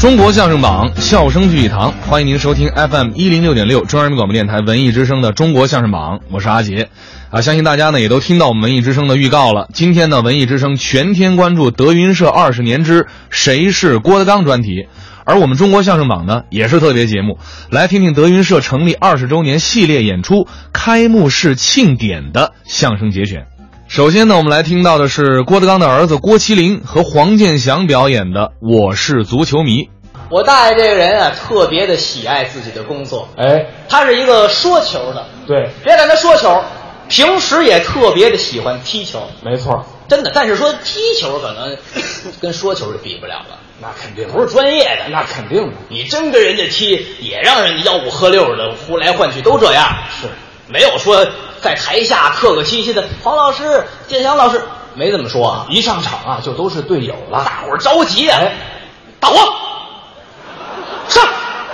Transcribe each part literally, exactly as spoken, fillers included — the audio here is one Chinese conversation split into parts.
中国相声榜，笑声聚一堂，欢迎您收听 F M 一零六点六中央人民广播电台文艺之声的中国相声榜，我是阿杰啊，相信大家呢也都听到我们文艺之声的预告了。今天呢，文艺之声全天关注德云社二十年之谁是郭德纲专题，而我们中国相声榜呢也是特别节目，来听听德云社成立二十周年系列演出开幕式庆典的相声节选。首先呢，我们来听到的是郭德纲的儿子郭麒麟和黄健翔表演的《我是足球迷》。 我大爷这个人啊，特别的喜爱自己的工作。 哎， 他是一个说球的， 对， 别看他说球，平时也特别的喜欢踢球。 没错， 真的。但是说踢球可能跟说球是比不了了， 那肯定不是专业的， 那肯定的。 你真跟人家踢，也让人家吆五喝六的，呼来唤去都这样。 是， 没有说在台下客客气气的黄老师、建翔老师，没这么说啊。 一上场啊，就都是队友了， 大伙儿着急啊！ 哎， 大伙上，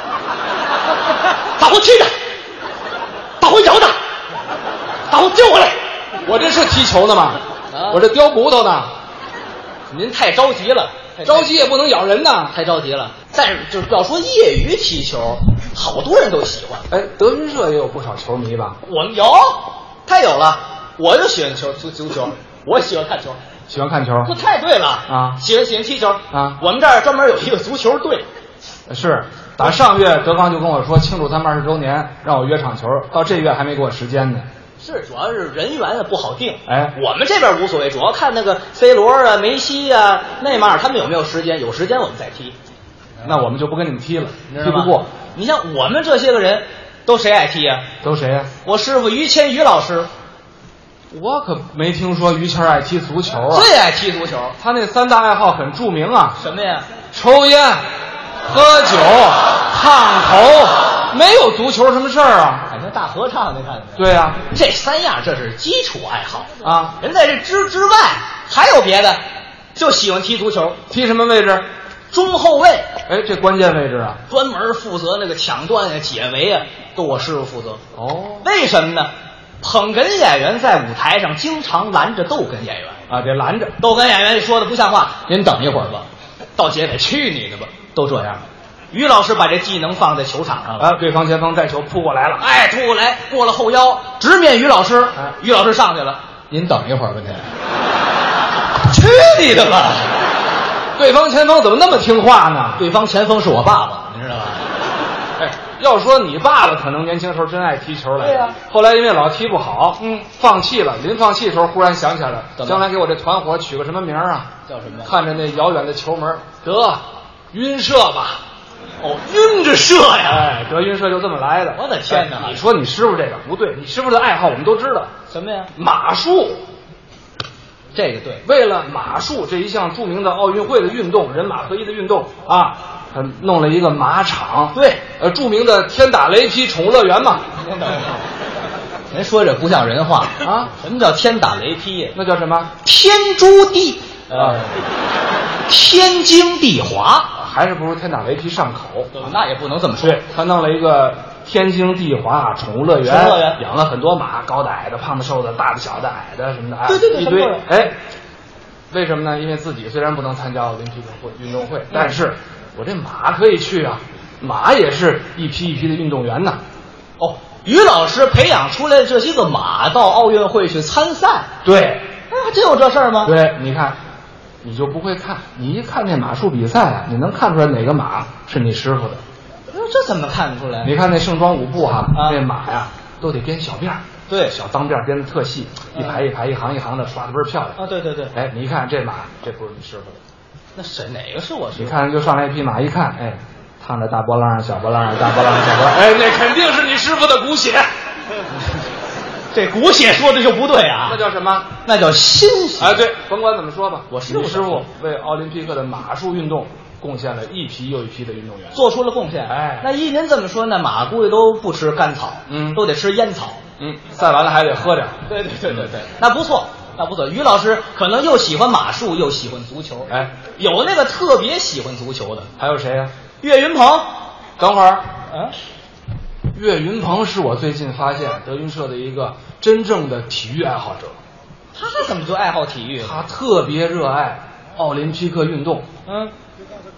大伙踢他，大伙咬他，大伙救回来。 我这是踢球呢吗？ 啊， 我这叼骨头呢。 您太着急了， 着急也不能咬人呐， 太着急了。但是就是要说业余踢球，好多人都喜欢。 哎，德云社也有不少球迷吧？ 我们有，太有了。我就喜欢球足足球，我喜欢看球， 喜欢看球。 这太对了啊！ 喜欢喜欢踢球啊！ 我们这儿专门有一个足球队。 是，打上月德刚就跟我说庆祝他们二十周年，让我约场球，到这月还没给我时间呢。 是，主要是人员不好定。 哎， 我们这边无所谓，主要看那个 C 罗啊、梅西啊、内马尔他们有没有时间，有时间我们再踢。 那我们就不跟你们踢了，踢不过。 你像我们这些个人，都谁爱踢呀、啊？ 都谁呀、啊？ 我师傅于谦于老师。 我可没听说于谦爱踢足球啊。 最爱踢足球， 他那三大爱好很著名啊。 什么呀？ 抽烟、喝酒、烫头，没有足球什么事儿啊？ 感觉大合唱，你看见没？ 对呀、啊， 这三样这是基础爱好啊。 人在这之之外还有别的，就喜欢踢足球。 踢什么位置？ 中后卫。 哎，这关键位置啊， 专门负责那个抢断啊、解围啊，都我师傅负责。 哦， 为什么呢？捧哏演员在舞台上经常拦着逗哏演员啊，得拦着。 逗哏演员说的不像话，您等一会儿吧，到结尾去你的吧，都这样。于老师把这技能放在球场上了， 啊，对方前锋带球扑过来了， 哎，扑过来过了后腰，直面于老师， 哎， 于老师上去了，您等一会儿吧，您。去你的吧！ 对方前锋怎么那么听话呢？ 对方前锋是我爸爸，你知道吧？ 哎，要说你爸爸可能年轻时候真爱踢球来， 对呀、啊。 后来因为老踢不好， 嗯， 放弃了。临放弃的时候，忽然想起来了，将来给我这团伙取个什么名啊？ 叫什么？ 看着那遥远的球门，得晕社吧。 哦，晕着社呀！ 哎，德云社就这么来的。 我的天哪！ 哎、你说你师傅这个不对，你师傅的爱好我们都知道。 什么呀？ 马术。 这个对， 为了马术这一项著名的奥运会的运动，人马合一的运动啊，他弄了一个马场。 对， 呃，著名的天打雷劈宠物乐园嘛。 您说这不像人话啊！ 什么叫天打雷劈？ 那叫什么？ 天诛地啊， 天经地华， 还是不如天打雷劈上口。 那也不能这么说。 对，他弄了一个天经地华宠物乐园， 宠物乐园养了很多马，高的、矮的、胖的、瘦的、大的、小的、矮的什么的， 对对对， 一堆。哎，为什么呢？因为自己虽然不能参加奥林匹克会运动会，嗯、但是我这马可以去啊，马也是一批一批的运动员呢。 哦，于老师培养出来这些个马到奥运会去参赛。 对， 哎，真有这事儿吗？ 对，你看，你就不会看，你一看那马术比赛啊，你能看出来哪个马是你师傅的。 这怎么看得出来？ 你看那盛装舞步哈、 啊， 那马呀都得编小辫儿， 对， 小脏辫儿编的特细，一排一排、一行一行的，刷的倍儿漂亮啊！对对对， 哎，你一看这马，这不是你师傅的， 那谁哪个是我师傅？ 你看就上来一匹马，一看，哎，烫着大波浪、小波浪、大波浪、小波浪，哎，那肯定是你师傅的骨血。 这骨血说的就不对啊， 那叫什么？ 那叫心血。 哎，对，甭管怎么说吧， 我师傅师傅为奥林匹克的马术运动贡献了一批又一批的运动员， 做出了贡献。 哎， 那依您这么说呢，马估计都不吃干草， 嗯， 都得吃烟草， 嗯，赛完了还得喝点。 对对对对对，那不错，那不错。于老师可能又喜欢马术，又喜欢足球。 哎， 有那个特别喜欢足球的， 还有谁呀、啊？ 岳云鹏。 等会儿， 嗯。 岳云鹏是我最近发现德云社的一个真正的体育爱好者。 他怎么就爱好体育？ 他特别热爱奥林匹克运动。 嗯，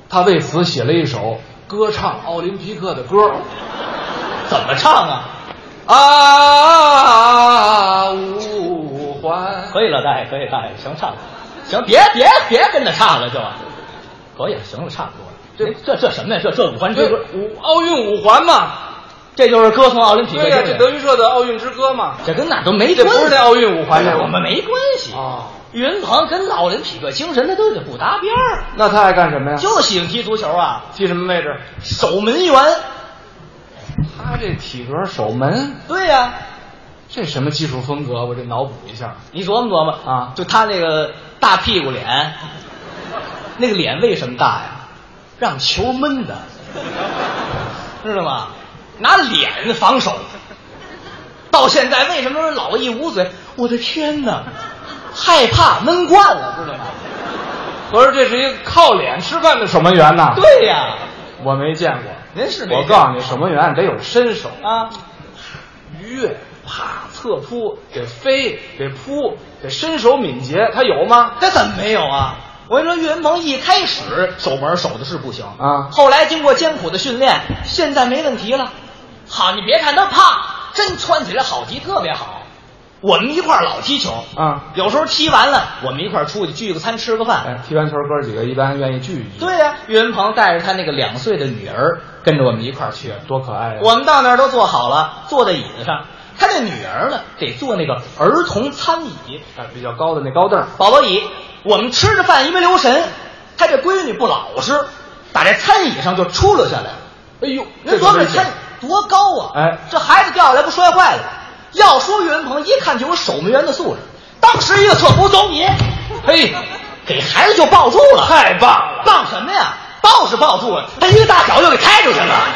他为此写了一首歌唱奥林匹克的歌， 怎么唱啊？ 啊，五环。 可以了，大爷，可以，大爷，行，唱，行，别别别跟着唱了，就可以了，行了，差不多了。这这这什么呀？这这五环之歌， 五奥运五环嘛， 这就是歌颂奥林匹克精神。 对呀，这德云社的奥运之歌嘛， 这跟哪都没关系。 这不是这奥运五环，这我们没关系啊。 岳云鹏跟奥林匹克精神他都得不搭边儿。 那他爱干什么呀？ 就喜欢踢足球啊， 踢什么位置？ 守门员。 他这体格守门， 对呀、啊， 这什么技术风格？我这脑补一下。 你琢磨琢磨啊， 就他那个大屁股脸，那个脸为什么大呀？让球闷的，知道吗？拿脸防守，到现在为什么老一捂嘴？我的天哪，害怕闷惯了，知道吗？ 可是这是一个靠脸吃饭的守门员呐。 对呀， 我没见过。 您是没见过？ 我告诉你，守门员得有身手啊， 跃、啪、侧扑，得飞，得扑，得身手敏捷，他有吗？ 他怎么没有啊？我跟你说，岳云鹏一开始守门守的是不行啊， 后来经过艰苦的训练，现在没问题了。好，你别看他胖，真窜起来好踢，特别好。我们一块儿老踢球啊， 有时候踢完了，我们一块儿出去聚个餐，吃个饭。 哎，踢完球哥几个一般愿意聚一聚。 对呀、啊，岳云鹏带着他那个两岁的女儿跟着我们一块儿去， 多可爱呀、啊！ 我们到那儿都坐好了，坐在椅子上。他那女儿呢，得坐那个儿童餐椅， 哎，比较高的那高凳， 宝宝椅。我们吃着饭一没留神，他这闺女不老实，打这餐椅上就出溜下来。 哎呦， 您琢磨这餐多高啊！ 哎， 这孩子掉下来不摔坏了？要说岳云鹏一看就有守门员的素质，当时一个侧扑走你，嘿，给孩子就抱住了， 太棒了！ 棒什么呀？抱是抱住了，他一个大脚就给开出去了。